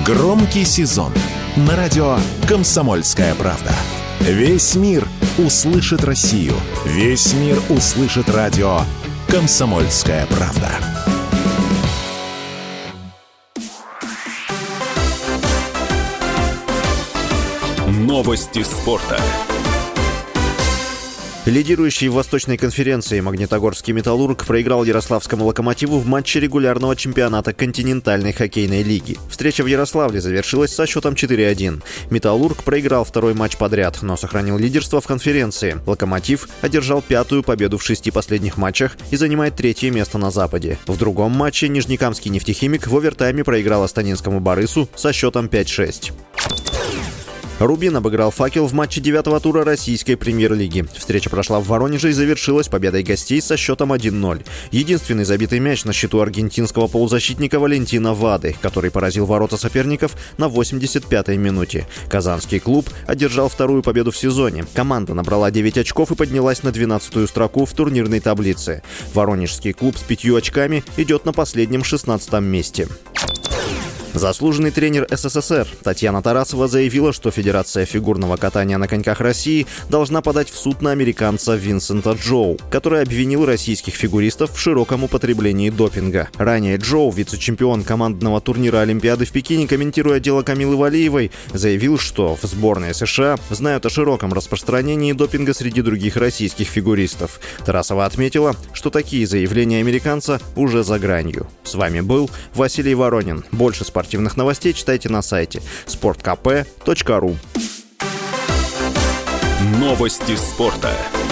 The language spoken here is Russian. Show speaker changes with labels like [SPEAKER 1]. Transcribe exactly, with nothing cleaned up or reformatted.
[SPEAKER 1] Громкий сезон на радио «Комсомольская правда». Весь мир услышит Россию. Весь мир услышит радио «Комсомольская правда». Новости спорта.
[SPEAKER 2] Лидирующий в Восточной конференции Магнитогорский «Металлург» проиграл Ярославскому «Локомотиву» в матче регулярного чемпионата континентальной хоккейной лиги. Встреча в Ярославле завершилась со счетом четыре один. «Металлург» проиграл второй матч подряд, но сохранил лидерство в конференции. «Локомотив» одержал пятую победу в шести последних матчах и занимает третье место на Западе. В другом матче Нижнекамский «Нефтехимик» в овертайме проиграл Астанинскому «Борису» со счетом пять шесть. «Рубин» обыграл «Факел» в матче девятого тура российской премьер-лиги. Встреча прошла в Воронеже и завершилась победой гостей со счетом один ноль. Единственный забитый мяч на счету аргентинского полузащитника Валентина Вады, который поразил ворота соперников на восемьдесят пятой минуте. Казанский клуб одержал вторую победу в сезоне. Команда набрала девять очков и поднялась на двенадцатую строку в турнирной таблице. Воронежский клуб с пятью очками идет на последнем шестнадцатом месте. Заслуженный тренер СССР Татьяна Тарасова заявила, что Федерация фигурного катания на коньках России должна подать в суд на американца Винсента Джоу, который обвинил российских фигуристов в широком употреблении допинга. Ранее Джоу, вице-чемпион командного турнира Олимпиады в Пекине, комментируя дело Камилы Валиевой, заявил, что в сборной США знают о широком распространении допинга среди других российских фигуристов. Тарасова отметила, что такие заявления американца уже за гранью. С вами был Василий Воронин. Больше спортивных Спортивных новостей читайте на сайте спорт кэ пэ точка ру.
[SPEAKER 1] Новости спорта.